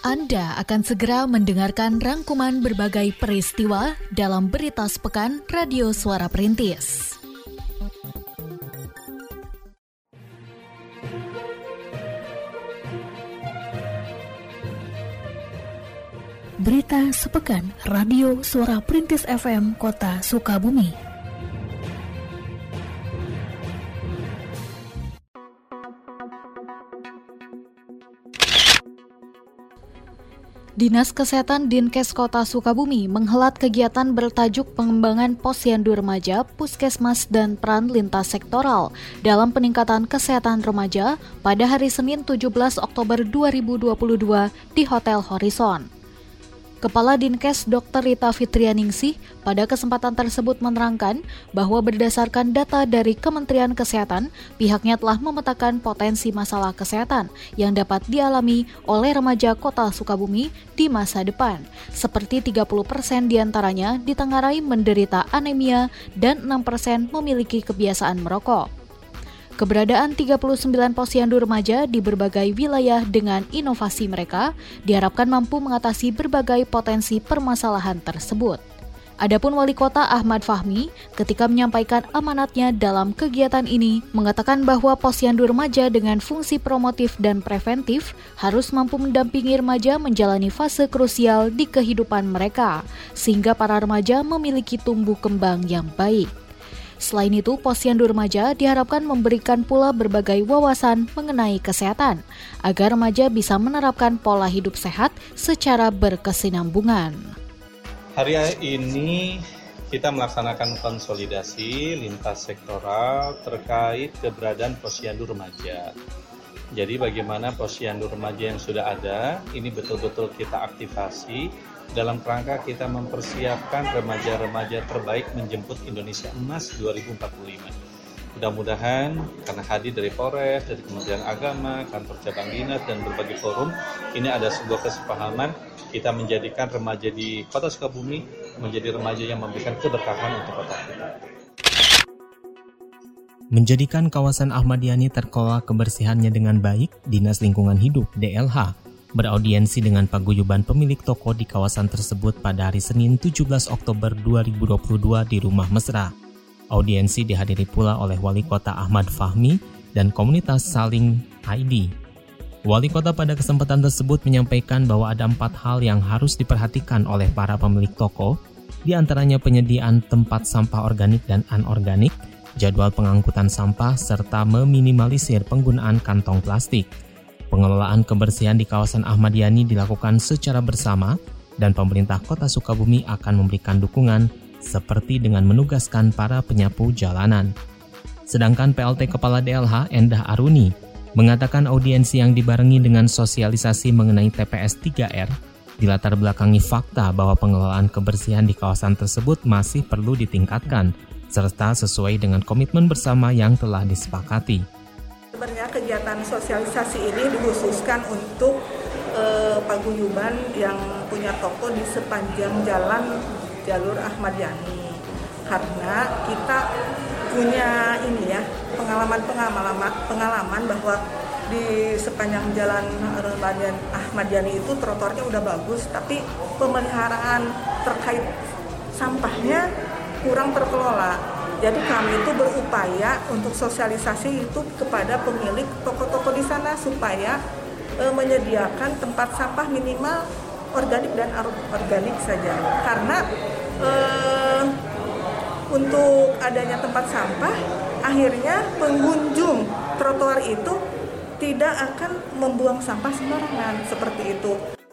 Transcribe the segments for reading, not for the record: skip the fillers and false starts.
Anda akan segera mendengarkan rangkuman berbagai peristiwa dalam Berita Sepekan Radio Suara Perintis. Berita Sepekan Radio Suara Perintis FM Kota Sukabumi. Dinas Kesehatan Dinkes Kota Sukabumi menghelat kegiatan bertajuk pengembangan posyandu remaja, puskesmas, dan peran lintas sektoral dalam peningkatan kesehatan remaja pada hari Senin 17 Oktober 2022 di Hotel Horizon. Kepala Dinkes Dr. Rita Fitrianingsih pada kesempatan tersebut menerangkan bahwa berdasarkan data dari Kementerian Kesehatan, pihaknya telah memetakan potensi masalah kesehatan yang dapat dialami oleh remaja Kota Sukabumi di masa depan, seperti 30% diantaranya ditengarai menderita anemia dan 6% memiliki kebiasaan merokok. Keberadaan 39 posyandu remaja di berbagai wilayah dengan inovasi mereka diharapkan mampu mengatasi berbagai potensi permasalahan tersebut. Adapun Wali Kota Ahmad Fahmi ketika menyampaikan amanatnya dalam kegiatan ini mengatakan bahwa posyandu remaja dengan fungsi promotif dan preventif harus mampu mendampingi remaja menjalani fase krusial di kehidupan mereka sehingga para remaja memiliki tumbuh kembang yang baik. Selain itu, posyandu remaja diharapkan memberikan pula berbagai wawasan mengenai kesehatan, agar remaja bisa menerapkan pola hidup sehat secara berkesinambungan. Hari ini kita melaksanakan konsolidasi lintas sektoral terkait keberadaan posyandu remaja. Jadi bagaimana posyandu remaja yang sudah ada, ini betul-betul kita aktifasi dalam kerangka kita mempersiapkan remaja-remaja terbaik menjemput Indonesia Emas 2045. Mudah-mudahan karena hadir dari Polres, dari Kementerian Agama, kantor cabang dinas, dan berbagai forum, ini ada sebuah kesepahaman kita menjadikan remaja di Kota Sukabumi menjadi remaja yang memberikan keberkahan untuk kota kita. Menjadikan kawasan Ahmad Yani terkelola kebersihannya dengan baik, Dinas Lingkungan Hidup (DLH) beraudiensi dengan paguyuban pemilik toko di kawasan tersebut pada hari Senin 17 Oktober 2022 di Rumah Mesra. Audiensi dihadiri pula oleh Wali Kota Ahmad Fahmi dan komunitas Saling ID. Wali Kota pada kesempatan tersebut menyampaikan bahwa ada 4 hal yang harus diperhatikan oleh para pemilik toko, di antaranya penyediaan tempat sampah organik dan anorganik, jadwal pengangkutan sampah, serta meminimalisir penggunaan kantong plastik. Pengelolaan kebersihan di kawasan Ahmad Yani dilakukan secara bersama dan pemerintah Kota Sukabumi akan memberikan dukungan seperti dengan menugaskan para penyapu jalanan. Sedangkan PLT Kepala DLH Endah Aruni mengatakan audiensi yang dibarengi dengan sosialisasi mengenai TPS 3R dilatar belakangi fakta bahwa pengelolaan kebersihan di kawasan tersebut masih perlu ditingkatkan serta sesuai dengan komitmen bersama yang telah disepakati. Sebenarnya kegiatan sosialisasi ini dikhususkan untuk paguyuban yang punya toko di sepanjang jalan jalur Ahmad Yani. Karena kita punya pengalaman bahwa di sepanjang jalan Ahmad Yani itu trotoarnya udah bagus, tapi pemeliharaan terkait sampahnya kurang terkelola. Jadi kami itu berupaya untuk sosialisasi itu kepada pemilik toko-toko di sana supaya menyediakan tempat sampah minimal organik dan anorganik saja. Karena untuk adanya tempat sampah, akhirnya pengunjung trotoar itu tidak akan membuang sampah sembarangan seperti itu.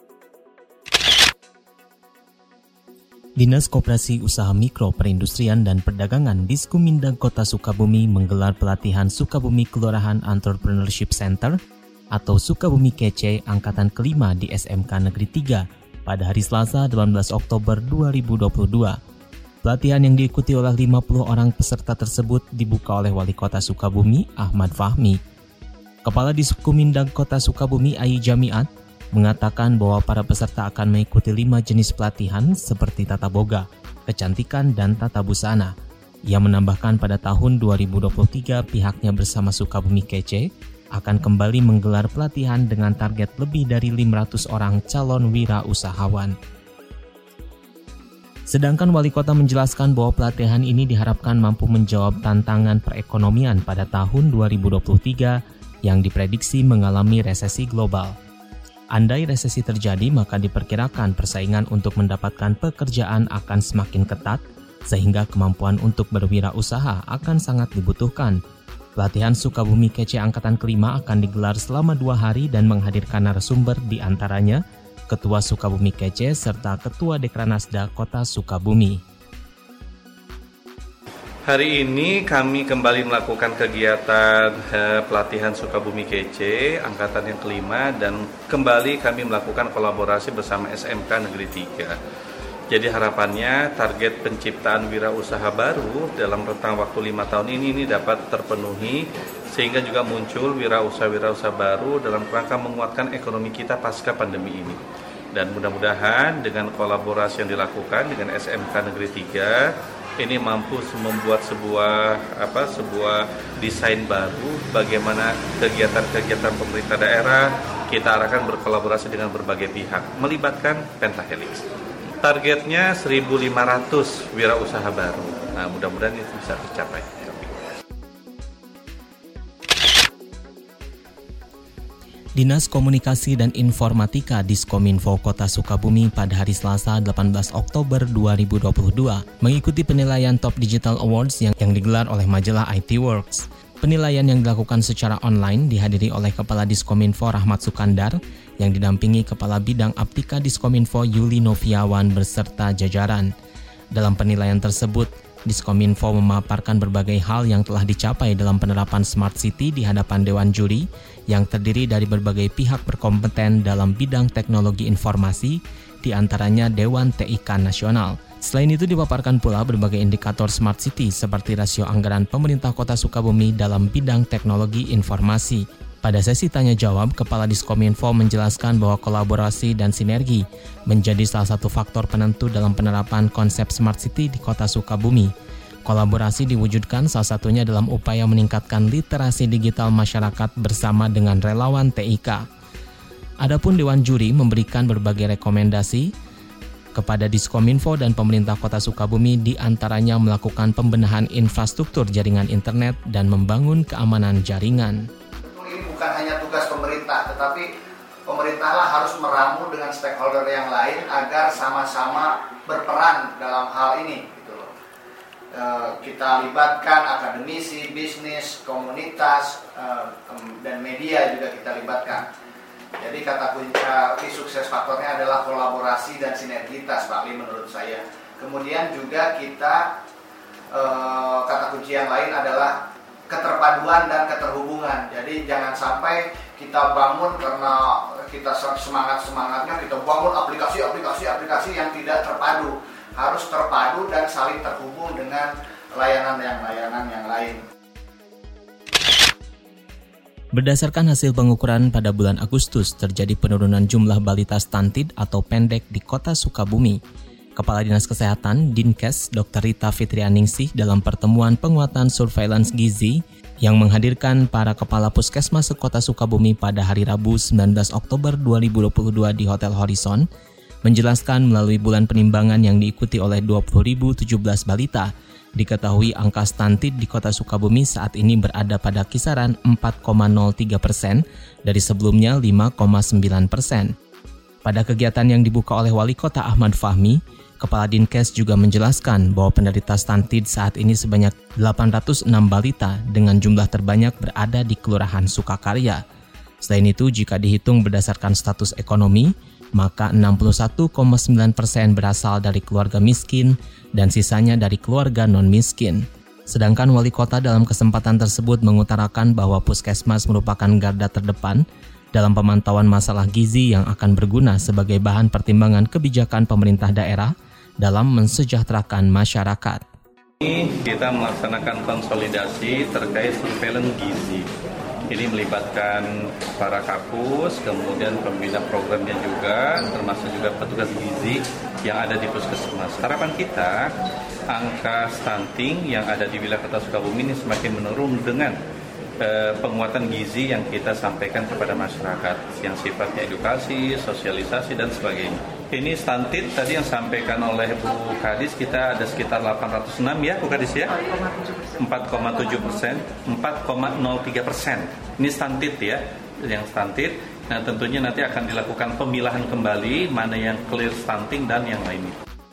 Dinas Koperasi Usaha Mikro Perindustrian dan Perdagangan Diskumindag Kota Sukabumi menggelar pelatihan Sukabumi Kelurahan Entrepreneurship Center atau Sukabumi KC Angkatan kelima di SMK Negeri 3 pada hari Selasa 18 Oktober 2022. Pelatihan yang diikuti oleh 50 orang peserta tersebut dibuka oleh Wali Kota Sukabumi Ahmad Fahmi. Kepala Diskumindag Kota Sukabumi Ai Jamiat mengatakan bahwa para peserta akan mengikuti 5 jenis pelatihan seperti tata boga, kecantikan, dan tata busana. Ia menambahkan pada tahun 2023 pihaknya bersama Sukabumi KC akan kembali menggelar pelatihan dengan target lebih dari 500 orang calon wirausahawan. Sedangkan Wali Kota menjelaskan bahwa pelatihan ini diharapkan mampu menjawab tantangan perekonomian pada tahun 2023 yang diprediksi mengalami resesi global. Andai resesi terjadi, maka diperkirakan persaingan untuk mendapatkan pekerjaan akan semakin ketat, sehingga kemampuan untuk berwirausaha akan sangat dibutuhkan. Pelatihan Sukabumi Kece Angkatan ke-5 akan digelar selama 2 hari dan menghadirkan narasumber di antaranya Ketua Sukabumi Kece serta Ketua Dekranasda Kota Sukabumi. Hari ini kami kembali melakukan kegiatan pelatihan Sukabumi Kece Angkatan yang ke-5 dan kembali kami melakukan kolaborasi bersama SMK Negeri 3. Jadi harapannya target penciptaan wirausaha baru dalam rentang waktu 5 tahun ini dapat terpenuhi sehingga juga muncul wirausaha-wirausaha baru dalam rangka menguatkan ekonomi kita pasca pandemi ini. Dan mudah-mudahan dengan kolaborasi yang dilakukan dengan SMK Negeri 3 ini mampu membuat sebuah desain baru bagaimana kegiatan-kegiatan pemerintah daerah kita arahkan berkolaborasi dengan berbagai pihak melibatkan Pentahelix. Targetnya 1.500 wirausaha baru. Nah, mudah-mudahan itu bisa tercapai. Dinas Komunikasi dan Informatika Diskominfo Kota Sukabumi pada hari Selasa 18 Oktober 2022 mengikuti penilaian Top Digital Awards yang digelar oleh majalah IT Works. Penilaian yang dilakukan secara online dihadiri oleh Kepala Diskominfo Rahmat Sukandar yang didampingi Kepala Bidang Aptika Diskominfo Yuli Noviawan beserta jajaran. Dalam penilaian tersebut, Diskominfo memaparkan berbagai hal yang telah dicapai dalam penerapan Smart City di hadapan Dewan Juri yang terdiri dari berbagai pihak berkompeten dalam bidang teknologi informasi, di antaranya Dewan TIK Nasional. Selain itu dipaparkan pula berbagai indikator Smart City seperti rasio anggaran pemerintah Kota Sukabumi dalam bidang teknologi informasi. Pada sesi tanya jawab, Kepala Diskominfo menjelaskan bahwa kolaborasi dan sinergi menjadi salah satu faktor penentu dalam penerapan konsep Smart City di Kota Sukabumi. Kolaborasi diwujudkan salah satunya dalam upaya meningkatkan literasi digital masyarakat bersama dengan relawan TIK. Adapun Dewan Juri memberikan berbagai rekomendasi kepada Diskominfo dan pemerintah Kota Sukabumi, di antaranya melakukan pembenahan infrastruktur jaringan internet dan membangun keamanan jaringan. Bukan hanya tugas pemerintah, tetapi pemerintahlah harus meramu dengan stakeholder yang lain agar sama-sama berperan dalam hal ini. Gitu loh. Kita libatkan akademisi, bisnis, komunitas, dan media juga kita libatkan. Jadi kata kunci sukses faktornya adalah kolaborasi dan sinergitas, Pak Li, menurut saya. Kemudian juga kita kata kunci yang lain adalah keterpaduan dan keterhubungan. Jadi jangan sampai kita bangun karena kita semangatnya kita bangun aplikasi yang tidak terpadu. Harus terpadu dan saling terhubung dengan layanan yang lain. Berdasarkan hasil pengukuran pada bulan Agustus, terjadi penurunan jumlah balita stunted atau pendek di Kota Sukabumi. Kepala Dinas Kesehatan Dinkes Dr. Rita Fitrianingsih dalam pertemuan penguatan surveillance gizi yang menghadirkan para kepala puskesmas Kota Sukabumi pada hari Rabu 19 Oktober 2022 di Hotel Horizon menjelaskan melalui bulan penimbangan yang diikuti oleh 20.017 balita, diketahui angka stunted di Kota Sukabumi saat ini berada pada kisaran 4,03% dari sebelumnya 5,9%. Pada kegiatan yang dibuka oleh Wali Kota Ahmad Fahmi, Kepala Dinkes juga menjelaskan bahwa penderita stunted saat ini sebanyak 806 balita dengan jumlah terbanyak berada di Kelurahan Sukakarya. Selain itu, jika dihitung berdasarkan status ekonomi, maka 61,9% berasal dari keluarga miskin dan sisanya dari keluarga non-miskin. Sedangkan Wali Kota dalam kesempatan tersebut mengutarakan bahwa puskesmas merupakan garda terdepan dalam pemantauan masalah gizi yang akan berguna sebagai bahan pertimbangan kebijakan pemerintah daerah dalam mensejahterakan masyarakat. Kita melaksanakan konsolidasi terkait surveillance gizi. Ini melibatkan para kapus, kemudian pembina programnya juga, termasuk juga petugas gizi yang ada di puskesmas. Harapan kita, angka stunting yang ada di wilayah Kota Sukabumi ini semakin menurun dengan penguatan gizi yang kita sampaikan kepada masyarakat yang sifatnya edukasi, sosialisasi dan sebagainya. Ini stunted tadi yang sampaikan oleh Bu Kadis, kita ada sekitar 806 ya Bu Kadis ya, 4,7%, 4,03%. Ini stunted ya, yang stunted. Nah tentunya nanti akan dilakukan pemilahan kembali mana yang clear stunting dan yang lainnya.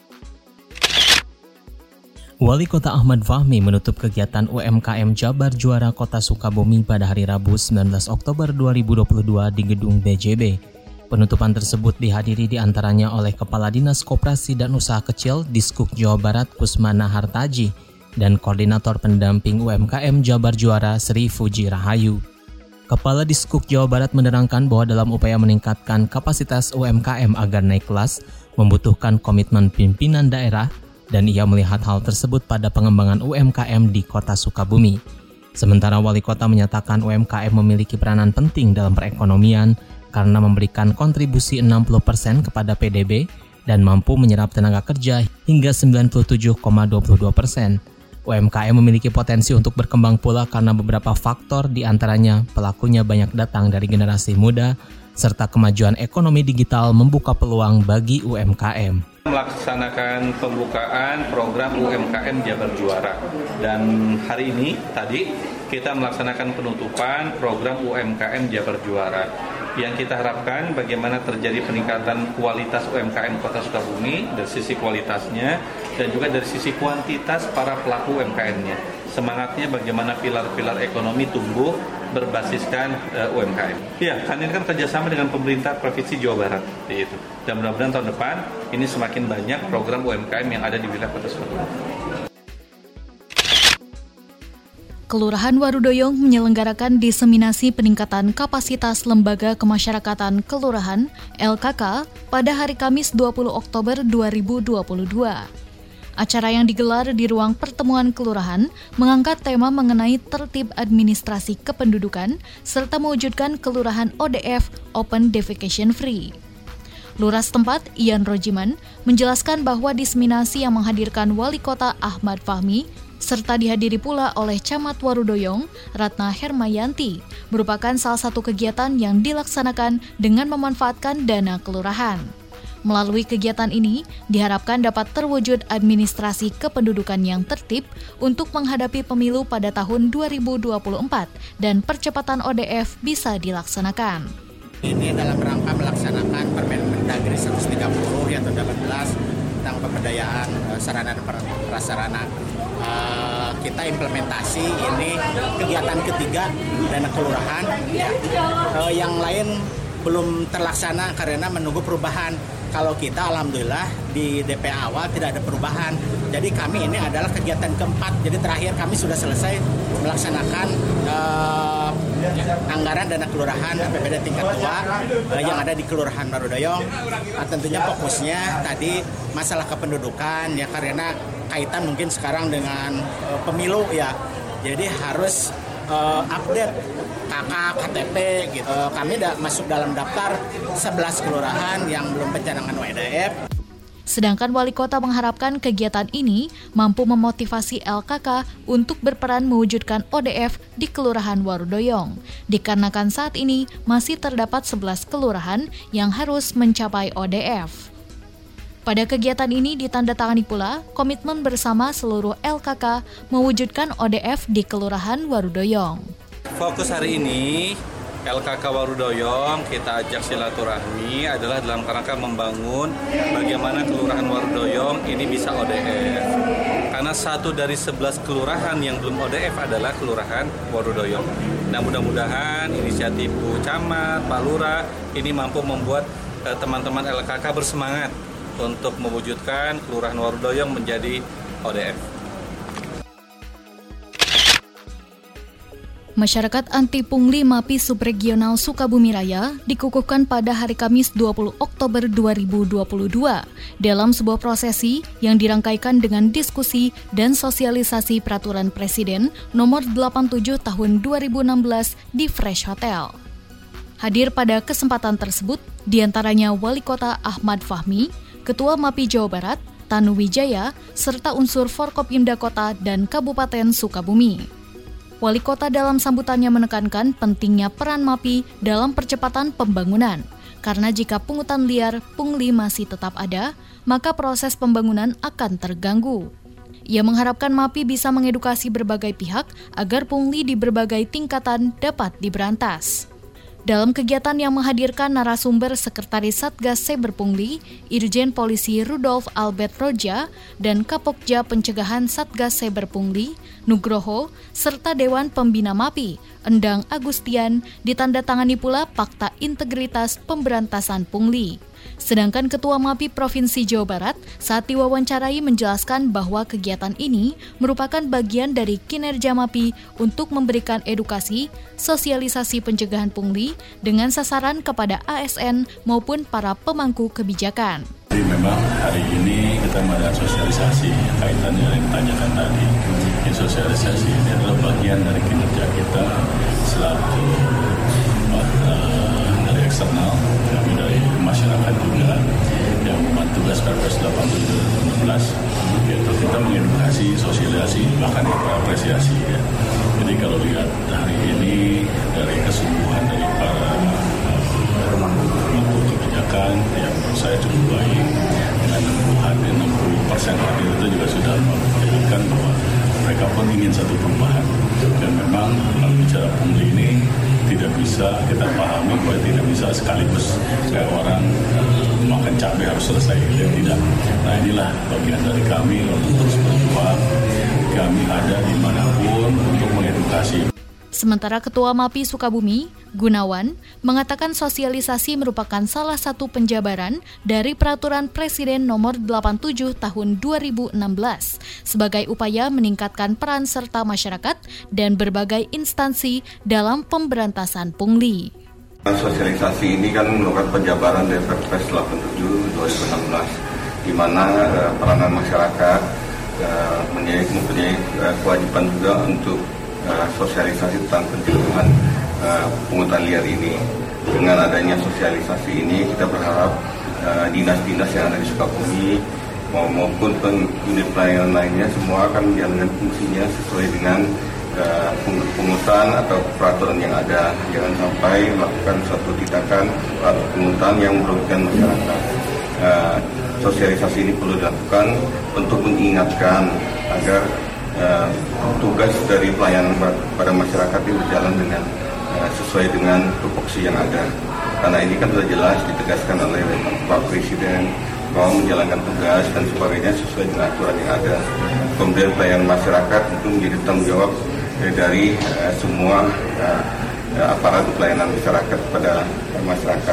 Wali Kota Ahmad Fahmi menutup kegiatan UMKM Jabar Juara Kota Sukabumi pada hari Rabu 19 Oktober 2022 di Gedung BJB. Penutupan tersebut dihadiri diantaranya oleh Kepala Dinas Koperasi dan Usaha Kecil Diskuk Jawa Barat Kusmana Hartaji dan Koordinator Pendamping UMKM Jabar Juara Sri Fuji Rahayu. Kepala Diskuk Jawa Barat menerangkan bahwa dalam upaya meningkatkan kapasitas UMKM agar naik kelas, membutuhkan komitmen pimpinan daerah, dan ia melihat hal tersebut pada pengembangan UMKM di Kota Sukabumi. Sementara Wali Kota menyatakan UMKM memiliki peranan penting dalam perekonomian karena memberikan kontribusi 60% kepada PDB dan mampu menyerap tenaga kerja hingga 97,22%. UMKM memiliki potensi untuk berkembang pula karena beberapa faktor, diantaranya pelakunya banyak datang dari generasi muda, serta kemajuan ekonomi digital membuka peluang bagi UMKM. Melaksanakan pembukaan program UMKM Jabar Juara, dan hari ini tadi kita melaksanakan penutupan program UMKM Jabar Juara yang kita harapkan bagaimana terjadi peningkatan kualitas UMKM Kota Sukabumi dari sisi kualitasnya dan juga dari sisi kuantitas para pelaku UMKM-nya. Semangatnya bagaimana pilar-pilar ekonomi tumbuh berbasiskan UMKM. Ya, kan ini kan kerjasama dengan pemerintah Provinsi Jawa Barat, itu. Dan mudah-mudahan tahun depan ini semakin banyak program UMKM yang ada di wilayah Kota Sukabumi. Kelurahan Warudoyong menyelenggarakan diseminasi peningkatan kapasitas Lembaga Kemasyarakatan Kelurahan (LKK) pada hari Kamis 20 Oktober 2022. Acara yang digelar di ruang pertemuan kelurahan mengangkat tema mengenai tertib administrasi kependudukan serta mewujudkan kelurahan ODF (Open Defecation Free). Lurah setempat, Ian Rojiman, menjelaskan bahwa diseminasi yang menghadirkan Wali Kota Ahmad Fahmi serta dihadiri pula oleh Camat Warudoyong, Ratna Hermayanti, merupakan salah satu kegiatan yang dilaksanakan dengan memanfaatkan dana kelurahan. Melalui kegiatan ini, diharapkan dapat terwujud administrasi kependudukan yang tertib untuk menghadapi pemilu pada tahun 2024 dan percepatan ODF bisa dilaksanakan. Ini dalam rangka melaksanakan Permen Mendagri 130 yang ke-18 tentang pemberdayaan sarana dan prasarana. Kita implementasi ini kegiatan ketiga dana kelurahan ya. Yang lain belum terlaksana karena menunggu perubahan. Kalau kita alhamdulillah di DPA awal tidak ada perubahan. Jadi kami ini adalah kegiatan keempat. Jadi terakhir kami sudah selesai melaksanakan anggaran dana kelurahan APBD tingkat 2 yang ada di Kelurahan Warudoyong. Tentunya fokusnya tadi masalah kependudukan ya, karena kaitan mungkin sekarang dengan pemilu ya. Jadi harus update KK, KTP gitu. Kami masuk dalam daftar 11 kelurahan yang belum pencanangan ODF. Sedangkan Wali Kota mengharapkan kegiatan ini mampu memotivasi LKK untuk berperan mewujudkan ODF di Kelurahan Warudoyong, dikarenakan saat ini masih terdapat 11 kelurahan yang harus mencapai ODF. Pada kegiatan ini ditandatangani pula komitmen bersama seluruh LKK mewujudkan ODF di Kelurahan Warudoyong. Fokus hari ini LKK Warudoyong kita ajak silaturahmi adalah dalam kerangka membangun bagaimana Kelurahan Warudoyong ini bisa ODF. Karena satu dari 11 kelurahan yang belum ODF adalah Kelurahan Warudoyong. Nah mudah-mudahan inisiatif Bu Camat, Pak Lurah ini mampu membuat teman-teman LKK bersemangat untuk mewujudkan Kelurahan Warudoyong menjadi ODF. Masyarakat anti pungli MAPI Subregional Sukabumi Raya dikukuhkan pada hari Kamis 20 Oktober 2022 dalam sebuah prosesi yang dirangkaikan dengan diskusi dan sosialisasi Peraturan Presiden Nomor 87 Tahun 2016 di Fresh Hotel. Hadir pada kesempatan tersebut diantaranya Wali Kota Ahmad Fahmi, Ketua MAPI Jawa Barat, Tanu Wijaya, serta unsur Forkopimda Kota dan Kabupaten Sukabumi. Wali Kota dalam sambutannya menekankan pentingnya peran MAPI dalam percepatan pembangunan. Karena jika pungutan liar, pungli masih tetap ada, maka proses pembangunan akan terganggu. Ia mengharapkan MAPI bisa mengedukasi berbagai pihak agar pungli di berbagai tingkatan dapat diberantas. Dalam kegiatan yang menghadirkan narasumber Sekretaris Satgas Cyber Pungli, Irjen Polisi Rudolf Albert Roja, dan Kapokja Pencegahan Satgas Cyber Pungli, Nugroho, serta Dewan Pembina MAPI, Endang Agustian, ditandatangani pula Fakta Integritas Pemberantasan Pungli. Sedangkan Ketua MAPI Provinsi Jawa Barat saat diwawancarai menjelaskan bahwa kegiatan ini merupakan bagian dari kinerja MAPI untuk memberikan edukasi, sosialisasi pencegahan pungli dengan sasaran kepada ASN maupun para pemangku kebijakan. Jadi memang hari ini kita melakukan sosialisasi kaitannya yang ditanyakan tadi. Sosialisasi ini adalah bagian dari kinerja kita selaku dari eksternal, kami dari masyarakat juga yang membantu tugas Perpres 87/2016, yaitu kita mengedukasi, sosialisasi, bahkan apresiasi. Ya. Jadi kalau lihat hari ini dari kesungguhan dari para pemangku kebijakan yang menurut saya cukup baik, dengan 60% hadir itu juga sudah menunjukkan bahwa mereka pun ingin satu perubahan. Dan memang kalau bicara pungli ini tidak bisa kita pahami bahwa tidak bisa sekaligus kayak orang makan cabai harus selesai, tidak. Nah inilah bagian dari kami untuk terus berjuang. Kami ada dimanapun untuk mengedukasi. Sementara Ketua MAPI Sukabumi, Gunawan, mengatakan sosialisasi merupakan salah satu penjabaran dari Peraturan Presiden Nomor 87 Tahun 2016 sebagai upaya meningkatkan peran serta masyarakat dan berbagai instansi dalam pemberantasan pungli. Sosialisasi ini kan merupakan penjabaran dari Perpres 87 2016 di mana peranan masyarakat mempunyai kewajiban juga untuk sosialisasi tentang pencegahan pungutan liar ini. Dengan adanya sosialisasi ini kita berharap dinas-dinas yang ada di Sukabumi maupun unit pelayanan lainnya semua akan menjalankan fungsinya sesuai dengan pungutan atau peraturan yang ada. Jangan sampai melakukan suatu tindakan atau pungutan yang merugikan masyarakat. Sosialisasi ini perlu dilakukan untuk mengingatkan agar tugas dari pelayanan pada masyarakat ini berjalan dengan sesuai dengan tupoksi yang ada. Karena ini kan sudah jelas ditegaskan oleh Pak Presiden bahwa menjalankan tugas dan sebagainya sesuai dengan aturan yang ada. Kemudian pelayanan masyarakat itu menjadi tanggung jawab dari semua aparat pelayanan masyarakat pada masyarakat.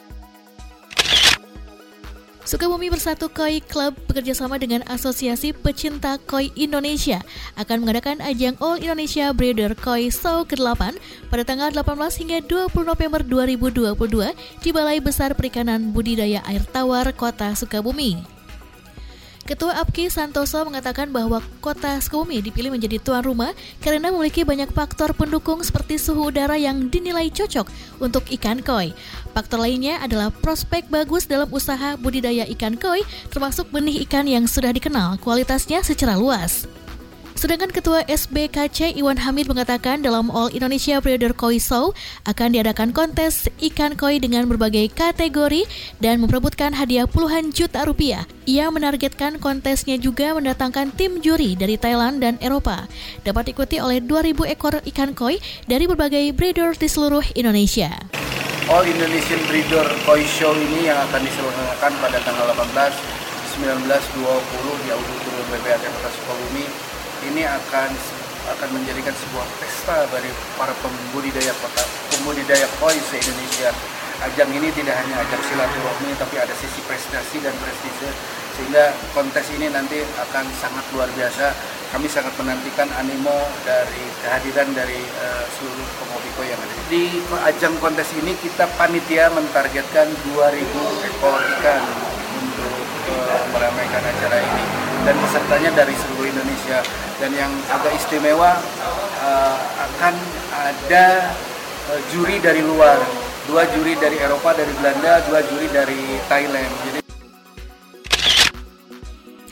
Sukabumi Bersatu Koi Club bekerjasama dengan Asosiasi Pecinta Koi Indonesia akan mengadakan ajang All Indonesia Breeder Koi Show ke-8 pada tanggal 18 hingga 20 November 2022 di Balai Besar Perikanan Budidaya Air Tawar, Kota Sukabumi. Ketua APKI Santoso mengatakan bahwa Kota Sukabumi dipilih menjadi tuan rumah karena memiliki banyak faktor pendukung seperti suhu udara yang dinilai cocok untuk ikan koi. Faktor lainnya adalah prospek bagus dalam usaha budidaya ikan koi, termasuk benih ikan yang sudah dikenal kualitasnya secara luas. Sedangkan Ketua SBKC Iwan Hamid mengatakan dalam All Indonesia Breeder Koi Show akan diadakan kontes ikan koi dengan berbagai kategori dan memperebutkan hadiah puluhan juta rupiah. Ia menargetkan kontesnya juga mendatangkan tim juri dari Thailand dan Eropa. Dapat diikuti oleh 2.000 ekor ikan koi dari berbagai breeder di seluruh Indonesia. All Indonesian Breeder Koi Show ini yang akan diselenggarakan pada tanggal 18, 19, 20 di Auditorium BPAT Kota Sukabumi. Ini akan menjadikan sebuah pesta bagi para pembudidaya koi se-Indonesia. Ajang ini tidak hanya ajang silaturahmi, tapi ada sisi prestasi dan prestise, sehingga kontes ini nanti akan sangat luar biasa. Kami sangat menantikan animo dari kehadiran dari seluruh pehobi koi yang ada. Di ajang kontes ini kita panitia mentargetkan 2.000 ekor ikan untuk meramaikan acara ini, dan pesertanya dari seluruh Indonesia. Dan yang agak istimewa akan ada juri dari luar, 2 juri dari Eropa, dari Belanda, 2 juri dari Thailand. Jadi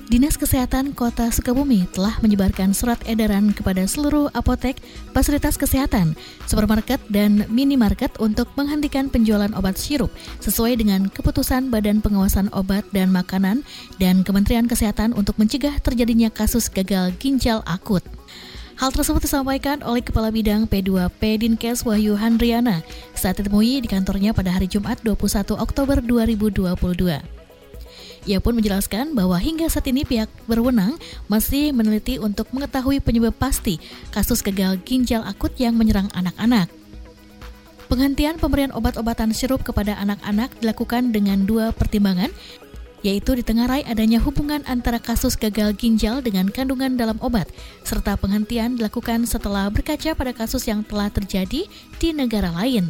Dinas Kesehatan Kota Sukabumi telah menyebarkan surat edaran kepada seluruh apotek, fasilitas kesehatan, supermarket, dan minimarket untuk menghentikan penjualan obat sirup sesuai dengan keputusan Badan Pengawasan Obat dan Makanan dan Kementerian Kesehatan untuk mencegah terjadinya kasus gagal ginjal akut. Hal tersebut disampaikan oleh Kepala Bidang P2P Dinkes Wahyu Handriana saat ditemui di kantornya pada hari Jumat 21 Oktober 2022. Ia pun menjelaskan bahwa hingga saat ini pihak berwenang masih meneliti untuk mengetahui penyebab pasti kasus gagal ginjal akut yang menyerang anak-anak. Penghentian pemberian obat-obatan sirup kepada anak-anak dilakukan dengan 2 pertimbangan, yaitu ditengarai adanya hubungan antara kasus gagal ginjal dengan kandungan dalam obat, serta penghentian dilakukan setelah berkaca pada kasus yang telah terjadi di negara lain.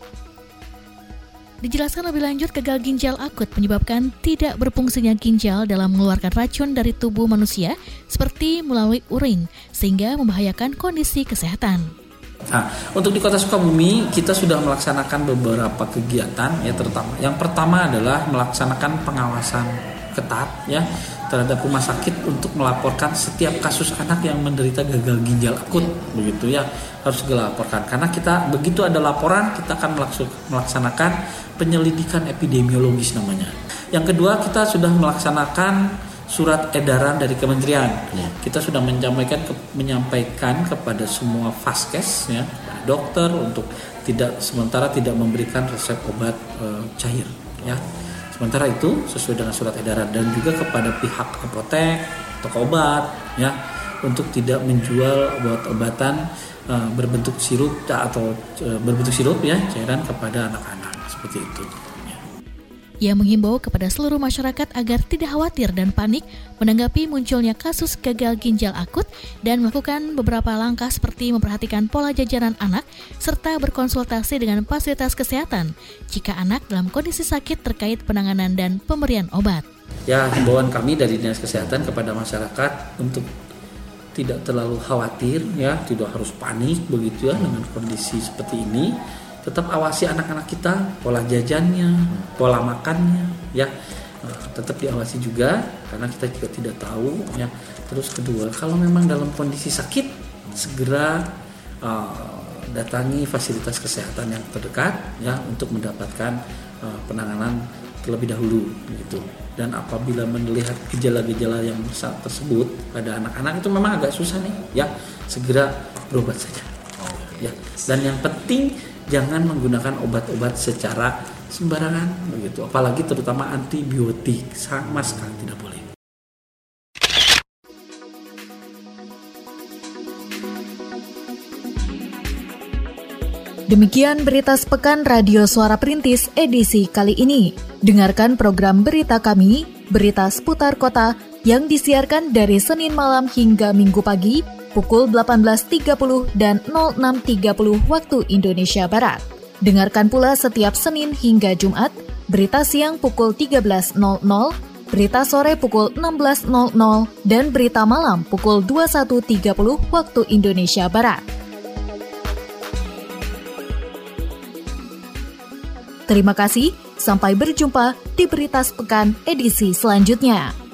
Dijelaskan lebih lanjut, gagal ginjal akut menyebabkan tidak berfungsinya ginjal dalam mengeluarkan racun dari tubuh manusia seperti melalui urin, sehingga membahayakan kondisi kesehatan. Nah, untuk di Kota Sukabumi kita sudah melaksanakan beberapa kegiatan ya, terutama yang pertama adalah melaksanakan pengawasan ketat ya terhadap rumah sakit untuk melaporkan setiap kasus anak yang menderita gagal ginjal akut begitu ya, harus dilaporkan karena kita begitu ada laporan kita akan melaksanakan penyelidikan epidemiologis namanya. Yang kedua, kita sudah melaksanakan surat edaran dari kementerian. Kita sudah menyampaikan kepada semua vaskes ya, dokter untuk sementara tidak memberikan resep obat cair ya. Sementara itu sesuai dengan surat edaran, dan juga kepada pihak apotek, toko obat ya, untuk tidak menjual obat-obatan berbentuk sirup atau berbentuk sirup ya, cairan kepada anak-anak seperti itu. Ia menghimbau kepada seluruh masyarakat agar tidak khawatir dan panik menanggapi munculnya kasus gagal ginjal akut dan melakukan beberapa langkah seperti memperhatikan pola jajanan anak serta berkonsultasi dengan fasilitas kesehatan jika anak dalam kondisi sakit terkait penanganan dan pemberian obat. Ya, himbauan kami dari Dinas Kesehatan kepada masyarakat untuk tidak terlalu khawatir ya, tidak harus panik begitu ya dengan kondisi seperti ini. Tetap awasi anak-anak kita, pola jajannya, pola makannya, ya, tetap diawasi juga karena kita juga tidak tahu, ya. Terus kedua, kalau memang dalam kondisi sakit, segera datangi fasilitas kesehatan yang terdekat, ya, untuk mendapatkan penanganan terlebih dahulu, gitu. Dan apabila melihat gejala-gejala yang tersebut pada anak-anak itu memang agak susah nih, ya, segera berobat saja, ya. Dan yang penting jangan menggunakan obat-obat secara sembarangan begitu, apalagi terutama antibiotik, sama sekali tidak boleh. Demikian berita sepekan Radio Suara Perintis edisi kali ini. Dengarkan program berita kami, berita seputar kota, yang disiarkan dari Senin malam hingga Minggu pagi, pukul 18.30 dan 06.30 waktu Indonesia Barat. Dengarkan pula setiap Senin hingga Jumat, berita siang pukul 13.00, berita sore pukul 16.00, dan berita malam pukul 21.30 waktu Indonesia Barat. Terima kasih, sampai berjumpa di Berita Sepekan edisi selanjutnya.